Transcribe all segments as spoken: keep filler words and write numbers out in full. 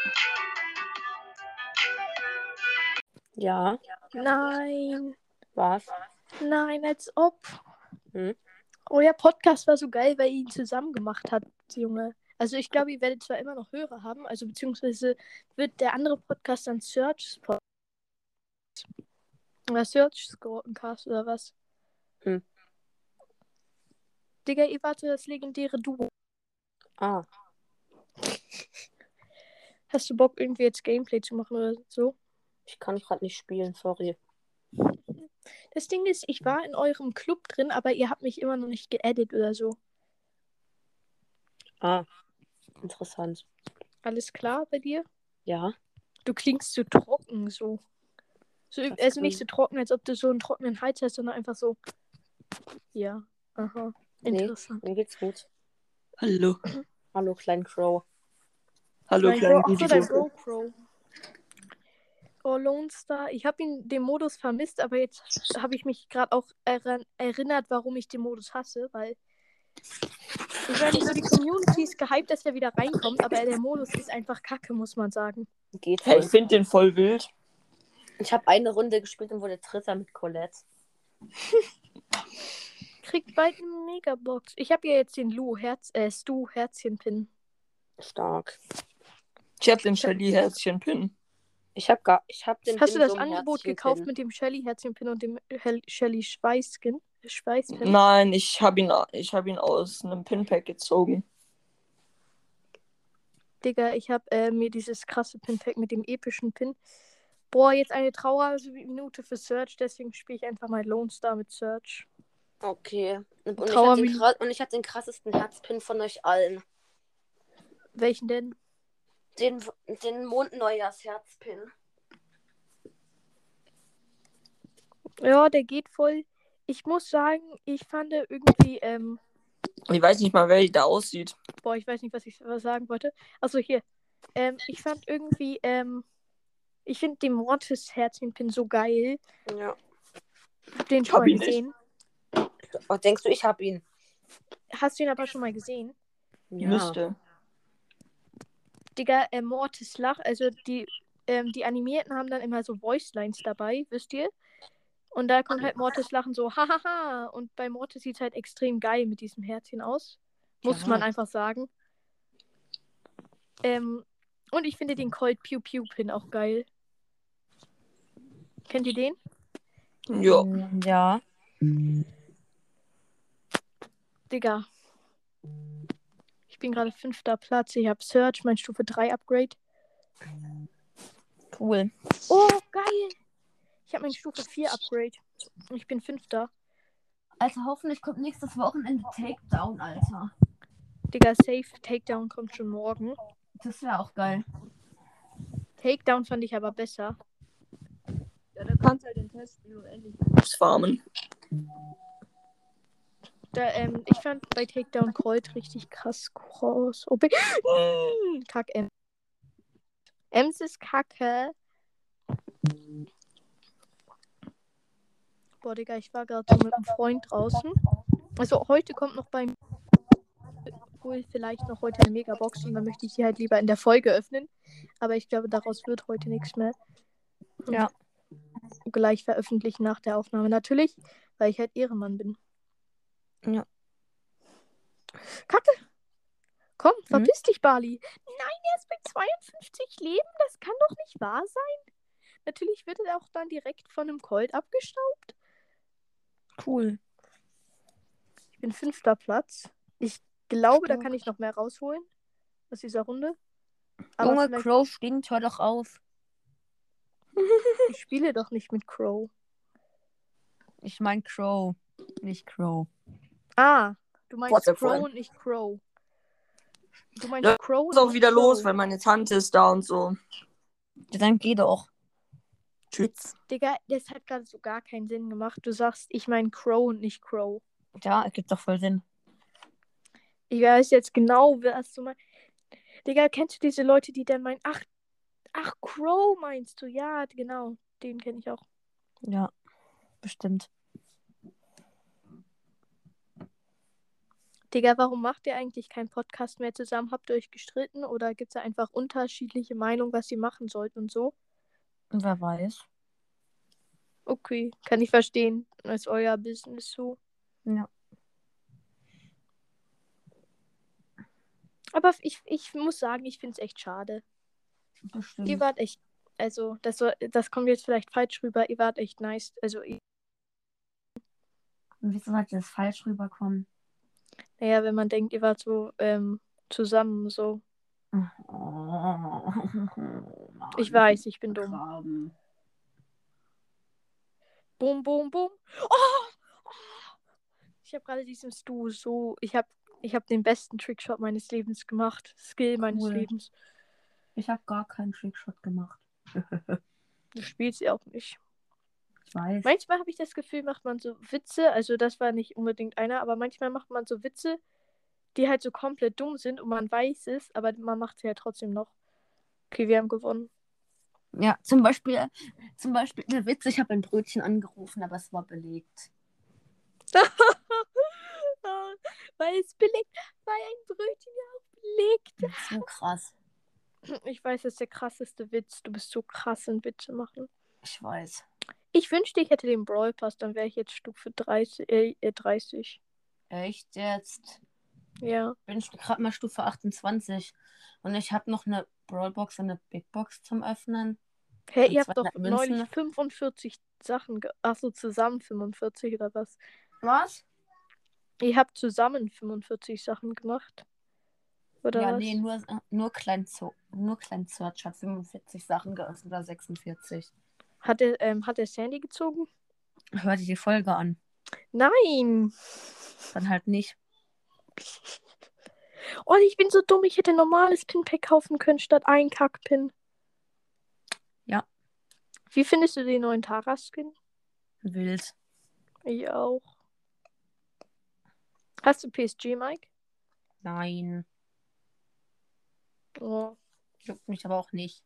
Ja. Nein. Was? Nein, als ob. Hm? Euer Podcast war so geil, weil ihr ihn zusammen gemacht habt, Junge. Also ich glaube, ihr werdet zwar immer noch Hörer haben, also beziehungsweise wird der andere Podcast dann Search Podcast oder Search Scorecast oder was? Hm. Digga, ihr wart so das legendäre Duo. Ah. Hast du Bock, irgendwie jetzt Gameplay zu machen oder so? Ich kann gerade nicht spielen, sorry. Das Ding ist, ich war in eurem Club drin, aber ihr habt mich immer noch nicht geaddet oder so. Ah. Interessant. Alles klar bei dir? Ja. Du klingst so trocken, so. so Das also kann- nicht so trocken, als ob du so einen trockenen Hals hast, sondern einfach so. Ja. Aha. Nee, Interessant. mir geht's gut. Hallo. Hallo, kleinen Crow. Hallo, Dein kleinen Bro, achso, dein Beautiful. Bro Crow. Oh, Lone Star. Ich habe ihn den Modus vermisst, aber jetzt habe ich mich gerade auch erran- erinnert, warum ich den Modus hasse, weil ich weiß nicht, so die Community ist gehypt, dass er wieder reinkommt, aber der Modus ist einfach kacke, muss man sagen. Geht Hey, voll. ich finde den voll wild. Ich habe eine Runde gespielt und wurde Dritter mit Colette. Kriegt bald eine Megabox. Ich habe ja jetzt den Lu Herz, äh, Stu Herzchen-Pin. Stark. Ich hab den Shelly-Herzchen-Pin. Ich habe gar, ich habe den Hast du Dim das Sum Angebot Herzchen gekauft Pin. mit dem Shelly Herzchen-Pin und dem Hel- Shelly Schweißskin? Schweißpin? Nein, ich habe ihn, ich hab ihn aus einem Pinpack gezogen. Digga, ich habe äh, mir dieses krasse Pin-Pack mit dem epischen Pin. Boah, jetzt eine Trauerminute für Search, deswegen spiele ich einfach mal Lone Star mit Search. Okay. Und, und, ich Trauer hatte den, Min- kra- und ich hatte den krassesten Herzpin von euch allen. Welchen denn? Den, den Mondneujahrsherzpin. Ja, der geht voll. Ich muss sagen, ich fand irgendwie, ähm, Ich weiß nicht mal, wer da aussieht. boah, ich weiß nicht, was ich was sagen wollte. Achso, hier. Ähm, ich fand irgendwie, ähm, ich finde den Mortis-Herzchen-Pin so geil. Ja. Hab den Ich schon hab mal ihn nicht. gesehen. Oh, denkst du, ich habe ihn? Hast du ihn aber schon mal gesehen? Ja. Müsste. Digga, äh, Mortis Lach, also die, ähm, die Animierten haben dann immer so Voicelines dabei, wisst ihr? Und da kommt halt Mortis Lachen so, hahaha. Und bei Mortis sieht es halt extrem geil mit diesem Herzchen aus. Muss Ja. man einfach sagen. Ähm, und ich finde den Colt Pew Pew Pin auch geil. Kennt ihr den? Ja. Mm, Ja. Digga. Ich bin gerade fünfter Platz. Ich habe Search, mein Stufe drei Upgrade. Cool. Oh, geil. Ich habe mein Stufe vier Upgrade. Ich bin fünfter. Alter, hoffentlich kommt nächstes Wochenende Takedown, Alter. Digga, safe. Takedown kommt schon morgen. Das wäre auch geil. Takedown fand ich aber besser. Ja, da kannst halt den testen und endlich Moves farmen. Da, ähm, ich fand bei Takedown Colt richtig krass groß. O P. Kack M. Ems ist kacke. Boah, Digga, ich war gerade so mit einem Freund draußen. Also heute kommt noch beim wohl vielleicht noch heute eine Megabox und dann möchte ich die halt lieber in der Folge öffnen. Aber ich glaube, daraus wird heute nichts mehr. Und Ja. gleich veröffentlichen nach der Aufnahme. Natürlich, weil ich halt Ehrenmann bin. Ja. Kacke! Komm, Mhm. verpiss dich, Bali. Nein, er ist bei zweiundfünfzig Leben. Das kann doch nicht wahr sein. Natürlich wird er auch dann direkt von einem Colt abgestaubt. Cool. Ich bin fünfter Platz. Ich glaube, da Stark. kann ich noch mehr rausholen aus dieser Runde. Aber Junge, vielleicht... Crow stinkt, hör doch auf. Ich spiele doch nicht mit Crow. Ich mein Crow, nicht Crow. Ah, du meinst WhatsApp Crow rein. und nicht Crow. Du meinst Ja, Crow ist und auch nicht wieder Crow. los, weil meine Tante ist da und so. Ja, dann geh doch. Tschüss. Digga, das hat gerade so gar keinen Sinn gemacht. Du sagst, ich meine Crow und nicht Crow. Ja, ergibt doch voll Sinn. Ich weiß jetzt genau, was du meinst. Digga, kennst du diese Leute, die dann meinen, ach, ach, Crow meinst du? Ja, genau. Den kenne ich auch. Ja, bestimmt. Digga, warum macht ihr eigentlich keinen Podcast mehr zusammen? Habt ihr euch gestritten oder gibt es da einfach unterschiedliche Meinungen, was ihr machen sollt und so? Wer weiß. Okay, kann ich verstehen. Das ist euer Business so. Ja. Aber ich, ich muss sagen, ich finde es echt schade. Ihr Bestimmt. wart echt, also das, soll, das kommt jetzt vielleicht falsch rüber, ihr wart echt nice. Also, ich, Und wieso sollte das falsch rüberkommen? naja, wenn man denkt, ihr wart so ähm, zusammen, so. Oh, Ich weiß, ich bin dumm. Graben. Boom, boom, boom. Oh! Ich habe gerade diesen Stu so, ich habe ich hab den besten Trickshot meines Lebens gemacht. Skill meines Cool. Lebens. Ich habe gar keinen Trickshot gemacht. Du spielst ja auch nicht. Ich weiß. Manchmal habe ich das Gefühl, macht man so Witze, also das war nicht unbedingt einer, aber manchmal macht man so Witze, die halt so komplett dumm sind und man weiß es, aber man macht sie ja trotzdem noch. Okay, wir haben gewonnen. Ja, zum Beispiel, zum Beispiel der Witz, ich habe ein Brötchen angerufen, aber es war belegt. Weil es belegt, weil ein Brötchen ja auch belegt. Das ist so krass. Ich weiß, das ist der krasseste Witz. Du bist so krass in Witze machen. Ich weiß. Ich wünschte, ich hätte den Brawl Pass, dann wäre ich jetzt Stufe dreißig. Äh, äh, dreißig. Echt jetzt? Ja. Bin ich gerade mal Stufe achtundzwanzig. Und ich habe noch eine Brawlbox und eine Big Box zum Öffnen. Hä, Und ihr habt doch zweihundert neulich Münzen. fünfundvierzig Sachen. Ge Achso, zusammen fünfundvierzig oder was? Was? Ihr habt zusammen fünfundvierzig Sachen gemacht. Oder Ja, was? nee, nur, nur Klein Zo- nur Klein Search hat fünfundvierzig Sachen geöffnet oder sechsundvierzig. Hat er, ähm, hat er Sandy gezogen? Hör dir die Folge an. Nein! Dann halt nicht. Oh, ich bin so dumm, ich hätte ein normales Pinpack kaufen können statt ein Kackpin. Ja. Wie findest du den neuen Tara-Skin? Wild. Ich auch. Hast du P S G, Mike? Nein. Oh. Juckt mich aber auch nicht.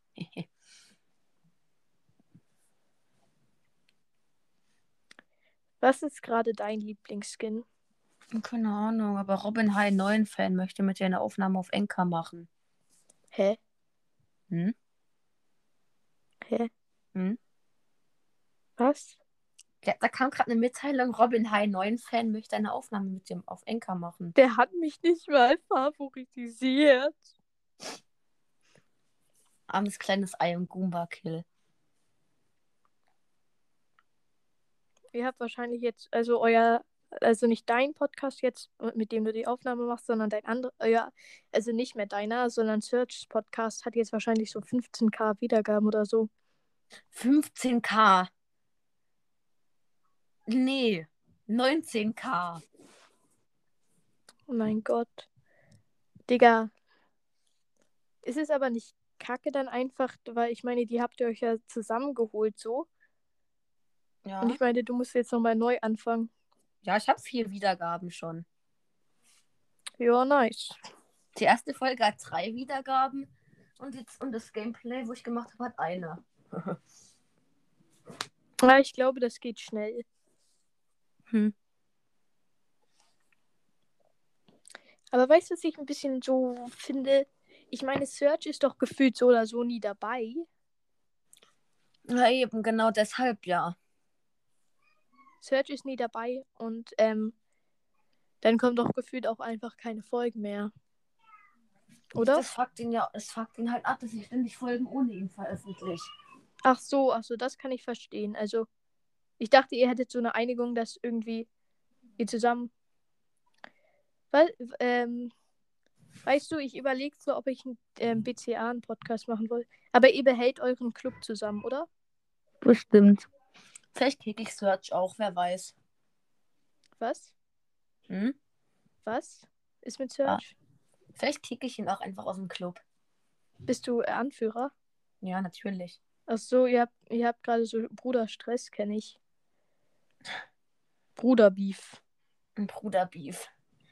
Was ist gerade dein Lieblingsskin? Keine Ahnung, aber Robin High neuen Fan möchte mit dir eine Aufnahme auf Enka machen. Hä? Hm? Hä? Hm? Was? Ja, da kam gerade eine Mitteilung, Robin High neuen Fan möchte eine Aufnahme mit dir auf Enka machen. Der hat mich nicht mal favorisiert. Armes kleines Ei und Goomba Kill. Ihr habt wahrscheinlich jetzt, also euer, also nicht dein Podcast jetzt, mit dem du die Aufnahme machst, sondern dein anderer, euer, also nicht mehr deiner, sondern Search's Podcast hat jetzt wahrscheinlich so fünfzehntausend Wiedergaben oder so. fünfzehntausend. Nee, neunzehntausend. Oh mein Gott. Digga. Ist es aber nicht kacke dann einfach, weil ich meine, die habt ihr euch ja zusammengeholt so. Ja. Und ich meine, du musst jetzt nochmal neu anfangen. Ja, ich habe vier Wiedergaben schon. Ja, nice. Die erste Folge hat drei Wiedergaben und, jetzt, und das Gameplay, wo ich gemacht habe, hat eine. Ja, ich glaube, das geht schnell. Hm. Aber weißt du, was ich ein bisschen so finde? Ich meine, Search ist doch gefühlt so oder so nie dabei. Ja, eben, genau deshalb, ja. Search ist nie dabei und ähm, dann kommt doch gefühlt auch einfach keine Folgen mehr. Oder? Das fuckt ihn ja, es fuckt ihn halt ab, dass ich ständig Folgen ohne ihn veröffentliche. Ach so, ach so, das kann ich verstehen. Also, ich dachte, ihr hättet so eine Einigung, dass irgendwie ihr zusammen. Weil, ähm, weißt du, ich überlege so, ob ich einen ähm, B C A einen Podcast machen will. Aber ihr behält euren Club zusammen, oder? Bestimmt. Vielleicht kriege ich Search auch, wer weiß. Was? Hm? Was ist mit Search? Vielleicht kicke ich ihn auch einfach aus dem Club. Bist du äh, Anführer? Ja, natürlich. Ach so, ihr habt, ihr habt gerade so Bruderstress, kenne ich. Bruderbeef. Ein Bruderbeef.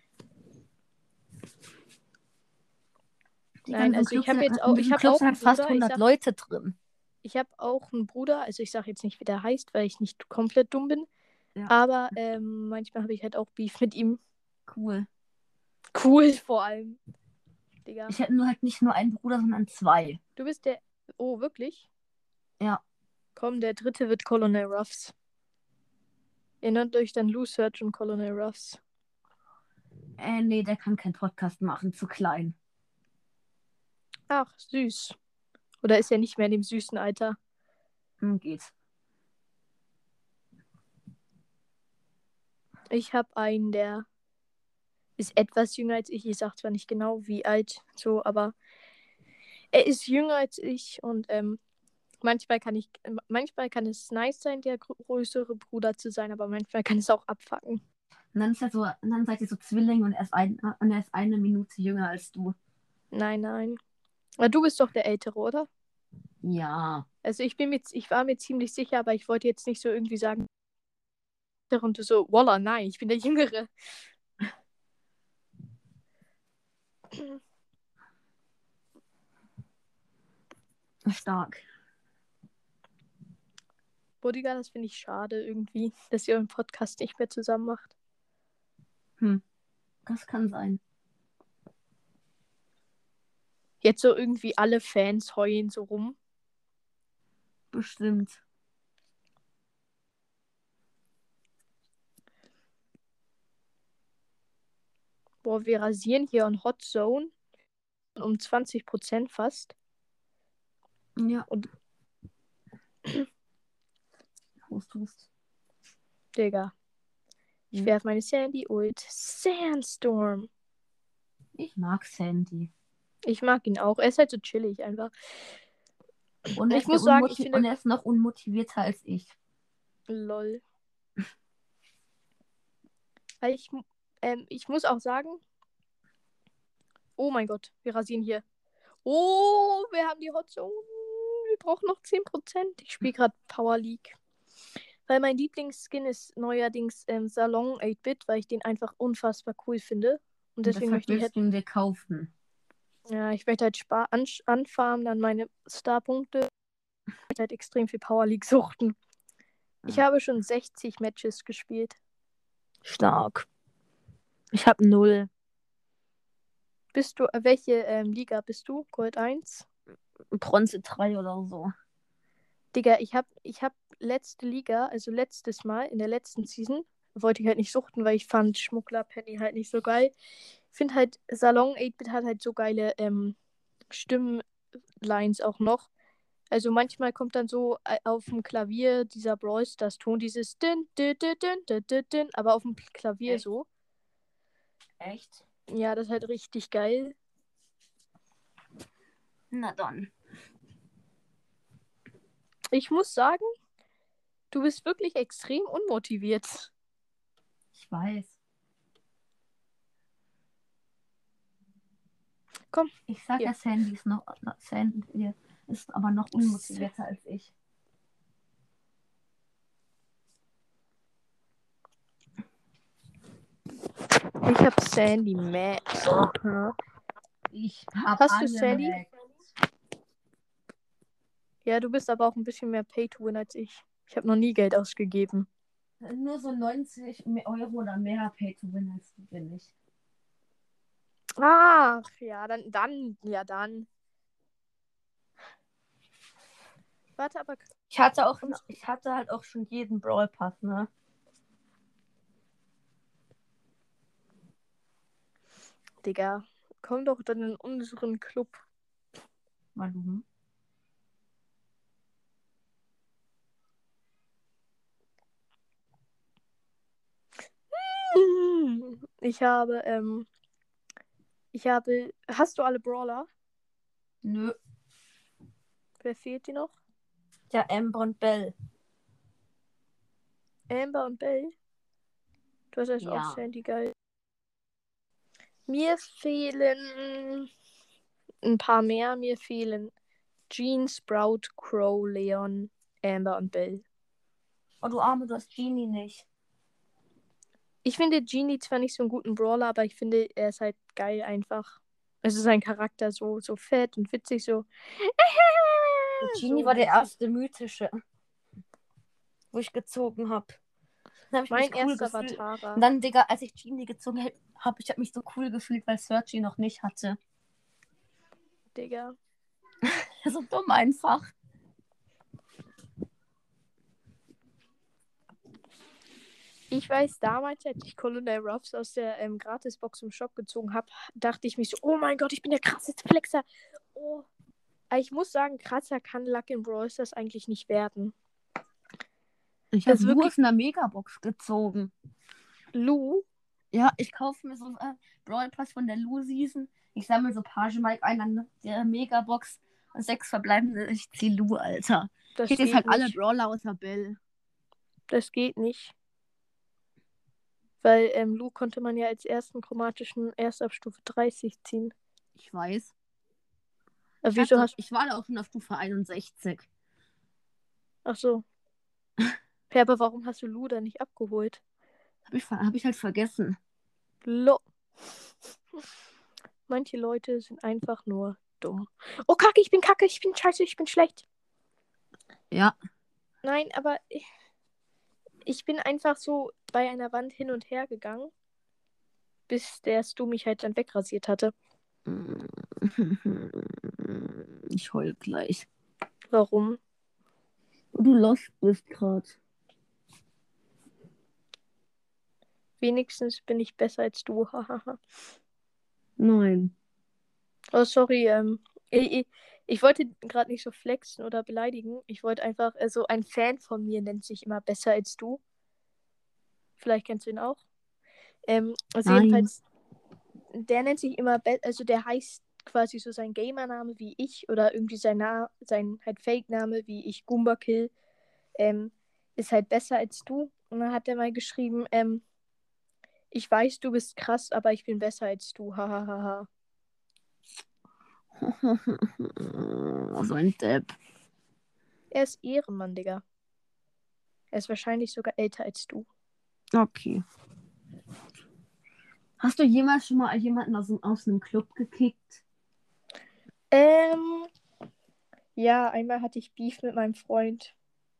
Die Nein, ganzen also ich Clubs habe sind- jetzt auch, in ich diesem habe Club auch sind einen halt fast Bruder. Ich hundert sag, Leute drin. ich habe auch einen Bruder. Also ich sage jetzt nicht, wie der heißt, weil ich nicht komplett dumm bin. Ja. Aber ähm, manchmal habe ich halt auch Beef mit ihm. Cool. Cool vor allem. Digga. Ich hätte nur halt nicht nur einen Bruder, sondern zwei. Du bist der. Oh, wirklich? Ja. Komm, der dritte wird Colonel Ruffs. Erinnert euch dann Lou Search und Colonel Ruffs. Äh, nee, der kann keinen Podcast machen, zu klein. Ach, süß. Oder ist er nicht mehr in dem süßen Alter? Hm, geht. Ich habe einen, der ist etwas jünger als ich. Ich sag zwar nicht genau, wie alt, so, aber er ist jünger als ich und ähm, manchmal kann ich, manchmal kann es nice sein, der größere Bruder zu sein, aber manchmal kann es auch abfacken. Und dann ist er so, und dann seid ihr so Zwilling und er ist ein, und er ist eine Minute jünger als du. Nein, nein. Aber du bist doch der Ältere, oder? Ja. Also ich bin mir, ich war mir ziemlich sicher, aber ich wollte jetzt nicht so irgendwie sagen. Und du so, Walla, nein, ich bin der Jüngere. Stark. Bodyguard, das finde ich schade irgendwie, dass ihr euren Podcast nicht mehr zusammen macht. Hm. Das kann sein. Jetzt so irgendwie alle Fans heulen so rum. Bestimmt. Boah, wir rasieren hier in Hot Zone um zwanzig Prozent fast. Ja. Und Hust, hust. Digga. Ich Hm. werfe meine Sandy Ult. Sandstorm. Ich mag Sandy. Ich mag ihn auch. Er ist halt so chillig einfach. Und er, Ich ist muss der sagen, ich unmotiv- finde- und er ist noch unmotivierter als ich. Lol. Weil ich, ähm, ich muss auch sagen. Oh mein Gott, wir rasieren hier. Oh, wir haben die Hot Zone. Wir brauchen noch zehn Prozent. Ich spiele gerade Power League. Weil mein Lieblingsskin ist neuerdings ähm, Salon acht-Bit, weil ich den einfach unfassbar cool finde. Und Und deswegen deshalb möchte ich willst halt, du ihn dir kaufen. ja, ich möchte halt spar an anfarmen, dann meine Starpunkte. Ich möchte halt extrem viel Power League suchten. Ich Ja. habe schon sechzig Matches gespielt. Stark. Ich habe null. Bist du, äh, welche ähm, Liga bist du? Gold eins? Bronze drei oder so. Digga, ich hab, ich hab letzte Liga, also letztes Mal, in der letzten Season, wollte ich halt nicht suchten, weil ich fand Schmuggler Penny halt nicht so geil. Ich finde halt, Salon acht-Bit hat halt so geile ähm, Stimmlines auch noch. Also manchmal kommt dann so äh, auf dem Klavier dieser Brawl Stars Ton, dieses din, din, din, din, din, din, din, aber auf dem Klavier Echt? so. Echt? Ja, das ist halt richtig geil. Na dann. Ich muss sagen, du bist wirklich extrem unmotiviert. Ich weiß. Komm. Ich sag Hier. ja, Sandy ist noch. Sandy ist aber noch unmotivierter als ich. Ich hab Sandy Max. Okay. Ich hab Hast du alle Sandy? Max. Ja, du bist aber auch ein bisschen mehr Pay-to-Win als ich. Ich habe noch nie Geld ausgegeben. Nur so neunzig Euro oder mehr Pay to Win als du, bin ich. Ach, ja, dann, dann, ja, dann. Warte, aber. Ich hatte auch, ich hatte halt auch schon jeden Brawl Pass, ne? Digga, komm doch dann in unseren Club. Warum? Ich habe, ähm. Ich habe. Hast du alle Brawler? Nö. Wer fehlt dir noch? Ja, Amber und Bell. Amber und Bell? Du hast also Ja. auch Sandy, geil. Mir fehlen ein paar mehr. Mir fehlen Jean, Sprout, Crow, Leon, Amber und Bell. Oh, du Arme, du hast Genie nicht. Ich finde Genie zwar nicht so einen guten Brawler, aber ich finde, er ist halt geil einfach. Es ist sein Charakter so, so fett und witzig, so. Genie so war der witzig. erste mythische, wo ich gezogen habe. Dann habe ich Mein mich cool erster war gefühlt. Tara. Und dann, Digga, als ich Genie gezogen habe, hab, ich habe mich so cool gefühlt, weil Search ihn noch nicht hatte. Digga. So dumm einfach. Ich weiß, damals, als ich Colonel Ruffs aus der ähm, Gratisbox im Shop gezogen habe, dachte ich mich so, oh mein Gott, ich bin der krasseste Flexer. Oh. Aber ich muss sagen, krasser kann Luck in Brawl Stars eigentlich nicht werden. Ich Das habe ist Lu wirklich aus einer Megabox gezogen. Lu. Ja, ich kaufe mir so äh, Brawl Pass von der Lu Season. Ich sammle so Page Mike ein an der Megabox und sechs verbleibende. Ich zieh Lu, Alter. Das Ich hätte jetzt geht halt alle nicht. Brawler außer Bell. Das geht nicht. Weil ähm, Lu konnte man ja als ersten chromatischen erst ab Stufe dreißig ziehen. Ich weiß. Aber Ich, wieso hatte, hast ich war da auch schon auf Stufe einundsechzig. Ach so. Ja, aber warum hast du Lu dann nicht abgeholt? Hab ich, ver- hab ich halt vergessen. Lo. Manche Leute sind einfach nur dumm. Oh, Kacke, ich bin kacke, ich bin scheiße, ich bin schlecht. Ja. Nein, aber ich, ich bin einfach so bei einer Wand hin und her gegangen, bis der Stu mich halt dann wegrasiert hatte. Ich heul gleich. Warum? Du lost bist grad. Wenigstens bin ich besser als du. Hahaha. Nein. Oh, sorry. Ähm, ich, ich, ich wollte gerade nicht so flexen oder beleidigen. Ich wollte einfach, also ein Fan von mir nennt sich immer besser als du. Vielleicht kennst du ihn auch. Ähm, also Nein. jedenfalls, der nennt sich immer, be also der heißt quasi so sein Gamer-Name wie ich oder irgendwie sein, Na sein halt Fake-Name wie ich, Goomba Kill, ähm, ist halt besser als du. Und dann hat er mal geschrieben, ähm, ich weiß, du bist krass, aber ich bin besser als du. Hahaha. So ein Depp. Er ist Ehrenmann, Digga. Er ist wahrscheinlich sogar älter als du. Okay. Hast du jemals schon mal jemanden aus, aus einem Club gekickt? Ähm, ja, einmal hatte ich Beef mit meinem Freund.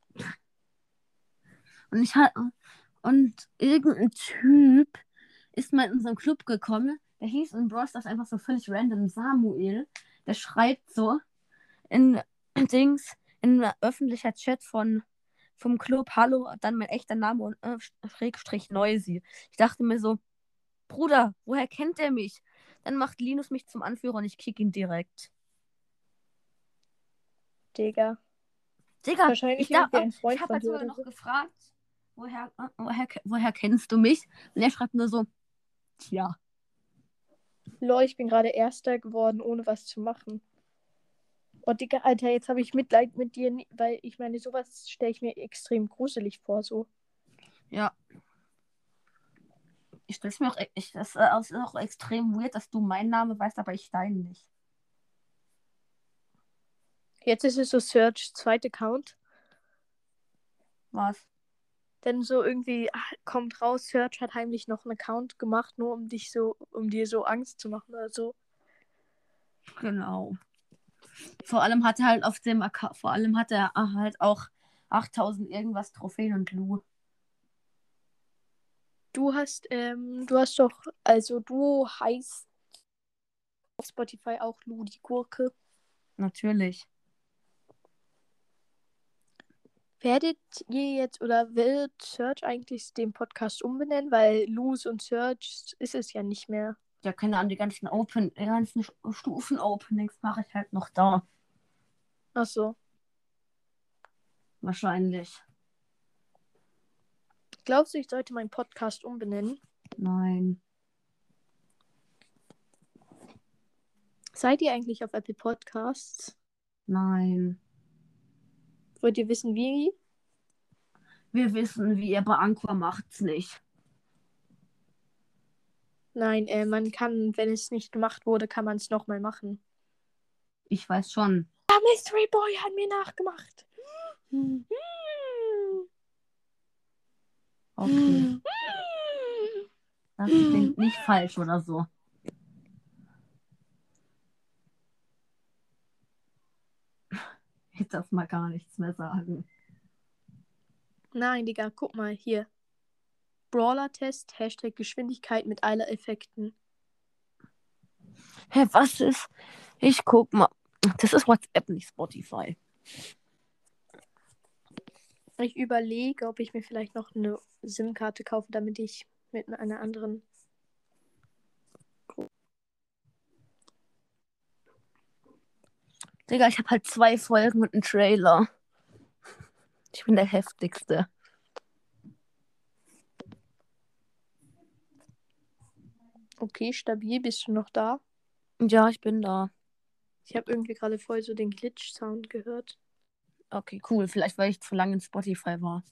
Und ich hatte und irgendein Typ ist mal in unseren Club gekommen. Der hieß in Brawl Stars einfach so völlig random Samuel. Der schreibt so in Dings in öffentlicher Chat von vom Club Hallo, dann mein echter Name und äh, Schrägstrich Noisy. Ich dachte mir so, Bruder, woher kennt der mich? Dann macht Linus mich zum Anführer und ich kick ihn direkt. Digga. Digga, Wahrscheinlich ich, da, irgendwie ein ich Freund habe von halt dir sogar oder noch so. gefragt, woher, äh, woher, woher kennst du mich? Und er schreibt nur so, tja. Lol, ich bin gerade Erster geworden, ohne was zu machen. Oh, Digga, Alter, jetzt habe ich Mitleid mit dir, weil ich meine, sowas stelle ich mir extrem gruselig vor, so. Ja. Ich stelle es mir auch, ich, das äh, ist auch extrem weird, dass du meinen Namen weißt, aber ich deinen nicht. Jetzt ist es so Search, zweiter Account. Was? Dann so irgendwie ach, kommt raus, Search hat heimlich noch einen Account gemacht, nur um dich so, um dir so Angst zu machen oder so. Genau. Vor allem hat er halt auf dem Account, vor allem hat er halt auch achttausend irgendwas Trophäen und Lu. Du hast, ähm, du hast doch, also du heißt auf Spotify auch Lu die Gurke. Natürlich. Werdet ihr jetzt oder wird Search eigentlich den Podcast umbenennen? Weil Luz und Search ist es ja nicht mehr. Ja, keine Ahnung, die ganzen Open, die ganzen Stufen-Openings mache ich halt noch da. Ach so. Wahrscheinlich. Glaubst du, ich sollte meinen Podcast umbenennen? Nein. Seid ihr eigentlich auf Apple Podcasts? Nein. Wollt ihr wissen, wie? Wir wissen, wie ihr bei Anchor macht's nicht. Nein, äh, man kann, wenn es nicht gemacht wurde, kann man es nochmal machen. Ich weiß schon. Ah, Mystery Boy hat mir nachgemacht. Hm. Okay. Das klingt nicht falsch oder so. Ich darf mal gar nichts mehr sagen. Nein, Digga, guck mal hier. Brawler-Test, Hashtag Geschwindigkeit mit Eiler-Effekten. Hä, was ist? Ich guck mal. Das ist WhatsApp, nicht Spotify. Ich überlege, ob ich mir vielleicht noch eine SIM-Karte kaufe, damit ich mit einer anderen. Digga, ich habe halt zwei Folgen und einen Trailer. Ich bin der Heftigste. Okay, stabil, bist du noch da? Ja, ich bin da. Ich habe irgendwie gerade voll so den Glitch-Sound gehört. Okay, cool. Vielleicht, weil ich zu lange in Spotify war.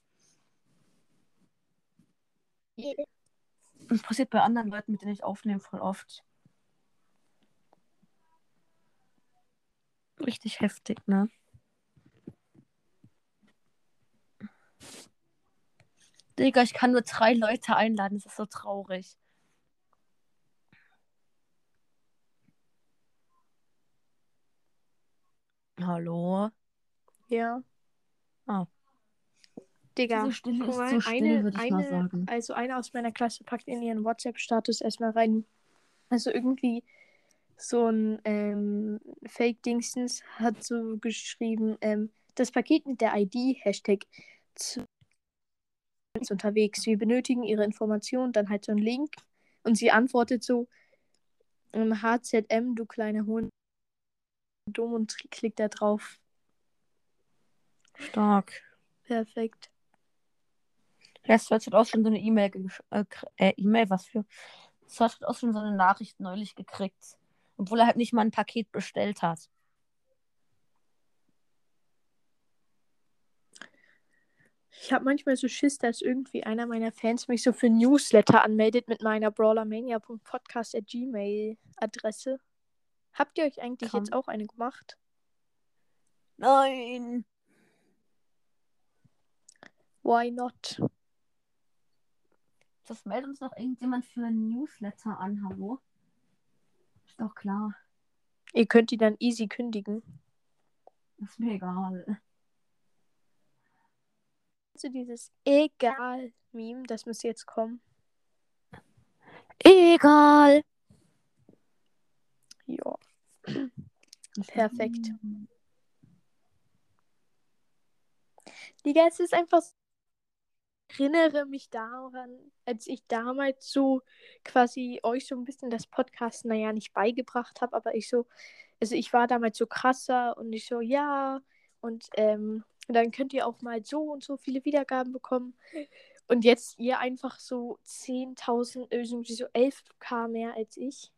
Yeah. Das passiert bei anderen Leuten, mit denen ich aufnehme, voll oft. Richtig heftig, ne? Digga, ich kann nur drei Leute einladen. Das ist so traurig. Hallo? Ja. Ah. Digga, Diese Stille guck ist mal, zu still, eine, würde ich eine, mal sagen. also eine aus meiner Klasse packt in ihren WhatsApp-Status erstmal rein. Also irgendwie so ein ähm, Fake-Dingsens hat so geschrieben, ähm, das Paket mit der I D, Hashtag zu ist unterwegs. Wir benötigen ihre Informationen, dann halt so ein Link. Und sie antwortet so, ähm, H Z M, du kleiner Hund, dumm, und klickt da drauf. Stark. Perfekt. Ja, es hat auch schon so eine E-Mail, gesch- äh, kr- äh, E-Mail, was für. Es hat auch schon so eine Nachricht neulich gekriegt. Obwohl er halt nicht mal ein Paket bestellt hat. Ich habe manchmal so Schiss, dass irgendwie einer meiner Fans mich so für Newsletter anmeldet mit meiner brawlermania punkt podcast at gmail Adresse. Habt ihr euch eigentlich Kann- jetzt auch eine gemacht? Nein. Why not? Das meldet uns noch irgendjemand für ein Newsletter an, hallo? Ist doch klar. Ihr könnt die dann easy kündigen. Ist mir egal. Also dieses Egal-Meme, das muss jetzt kommen. Egal. Ja. Perfekt. Digga, es ist einfach so. Ich erinnere mich daran, als ich damals so quasi euch so ein bisschen das Podcast, naja, nicht beigebracht habe, aber ich so, also ich war damals so krasser und ich so, ja, und ähm, dann könnt ihr auch mal so und so viele Wiedergaben bekommen. Und jetzt ihr einfach so zehntausend, irgendwie so elf K mehr als ich.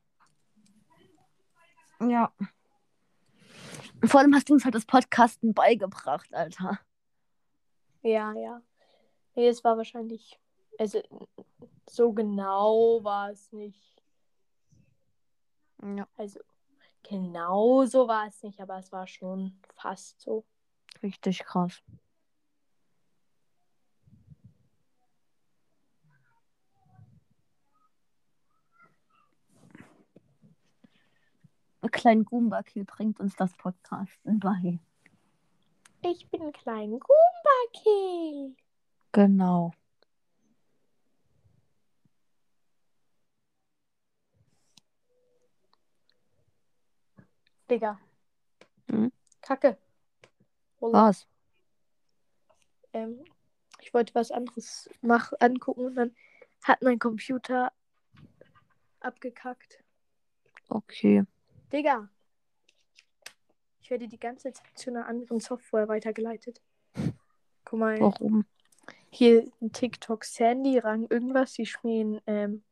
Ja. Vor allem hast du uns halt das Podcasten beigebracht, Alter. Ja, ja. Nee, es war wahrscheinlich, also so genau war es nicht. Ja, Also genau so war es nicht, aber es war schon fast so. richtig krass. Ein kleiner Goomba-Kill bringt uns das Podcasten bei. Ich bin ein kleiner Goomba-Kill. Genau. Digga. Hm? Kacke. Ola. Was? Ähm, ich wollte was anderes mach, angucken und dann hat mein Computer abgekackt. Okay. Digga. Ich werde die ganze Zeit zu einer anderen Software weitergeleitet. Guck mal. Warum? Hier ein TikTok Sandy Rang irgendwas. Sie spielen ähm,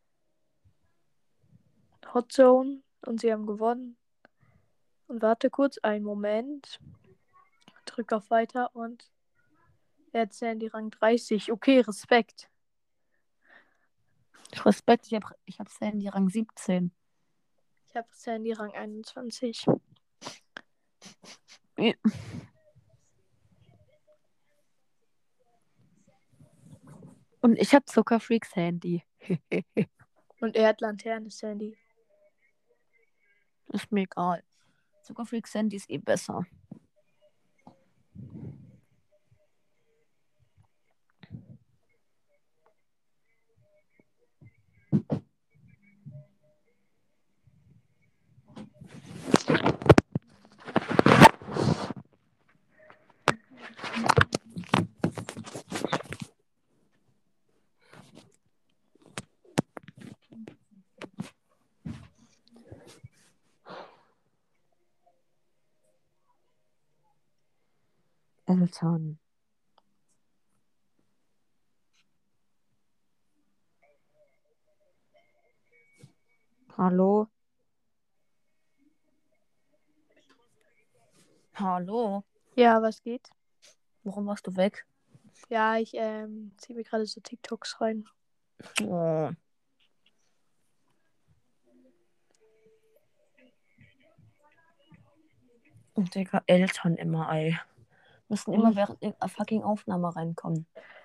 Hot Zone und sie haben gewonnen. Und warte kurz einen Moment. Drück auf Weiter und er hat Sandy Rang dreißig. Okay, Respekt. Respekt, ich habe ich hab Sandy Rang siebzehn. Ich habe Sandy Rang einundzwanzig. Ja. Und ich habe Zuckerfreak Sandy. Und er hat Laterne Sandy. Ist mir egal. Zuckerfreak Sandy ist eh besser. Eltern. Hallo? Hallo? Ja, was geht? Warum warst du weg? Ja, ich ähm, ziehe mir gerade so TikToks rein. Oh. Und Digga, Eltern immer, ey. Müssen immer Hm. während irgendeiner fucking Aufnahme reinkommen.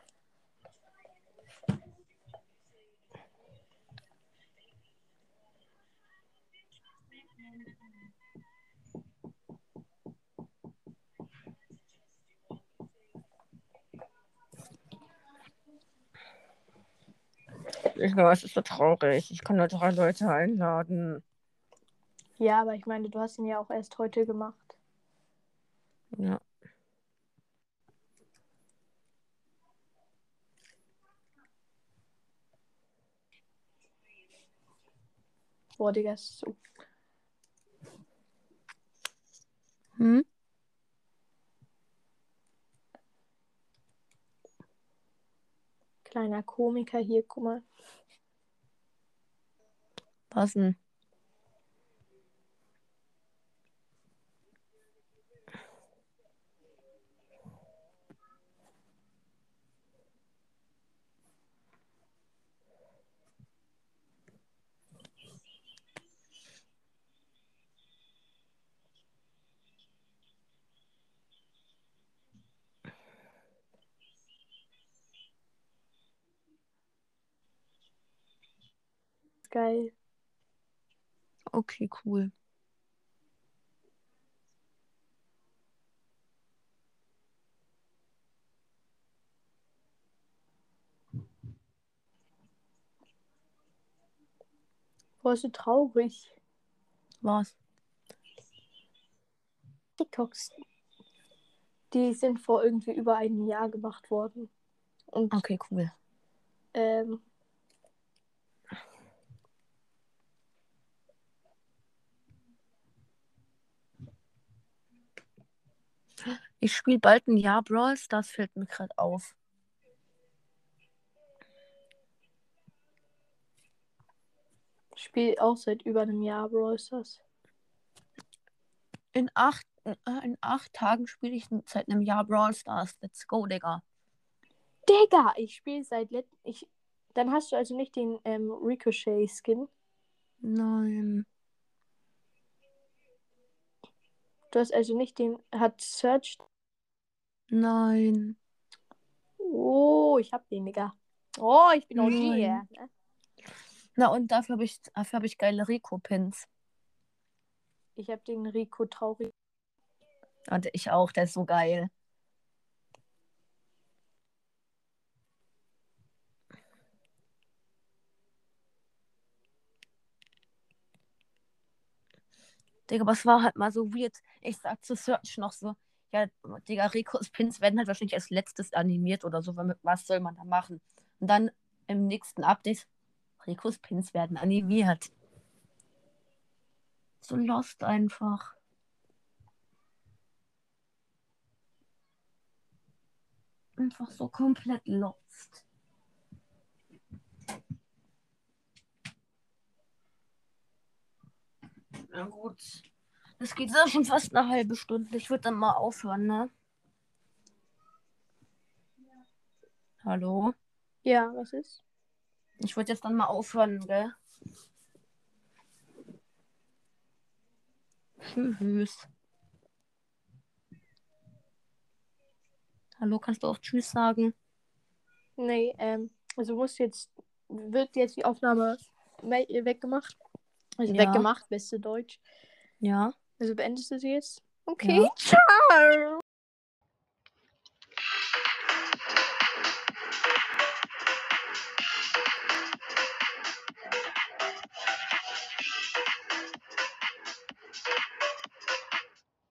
Ich weiß, es ist so traurig. Ich kann nur drei Leute einladen. Ja, aber ich meine, du hast ihn ja auch erst heute gemacht. Ja. Boah, Digga, ist so. Hm? Kleiner Komiker hier, guck mal. Was denn? Geil. Okay, cool. Boah, ist so traurig. Was? TikToks, die sind vor irgendwie über einem Jahr gemacht worden. Und Okay, cool. ähm, Ich spiele bald ein Jahr Brawl Stars, fällt mir gerade auf. ich spiele auch seit über einem Jahr Brawl Stars. In acht, äh, in acht Tagen spiele ich seit einem Jahr Brawl Stars. Let's go, Digga. Digga, ich spiele seit letztem. Ich... Dann hast du also nicht den ähm, Ricochet-Skin. Nein. Du hast also nicht den. Hat Search. Nein. Oh, ich hab den, Digga. Oh, ich bin O G, Nein. ja. Ne? Na, und dafür habe ich, dafür hab ich geile Rico-Pins. Ich hab den Rico traurig. Und ich auch, der ist so geil. Digga, aber es war halt mal so weird. Ich sag zu Search noch so, ja, Digga, Ricos Pins werden halt wahrscheinlich als letztes animiert oder so, weil was soll man da machen? Und dann im nächsten Update, Ricos Pins werden animiert. So lost einfach. Einfach so komplett lost. Na gut. Das geht ja schon fast eine halbe Stunde. Ich würde dann mal aufhören, ne? Hallo? Ja, was ist? Ich würde jetzt dann mal aufhören, gell? Tschüss. Hallo, kannst du auch Tschüss sagen? Nee, ähm, also muss jetzt, wird jetzt die Aufnahme we- weggemacht. Also Ja. weggemacht, beste Deutsch. Ja. Also beendest du sie jetzt? Okay, Ja. ciao!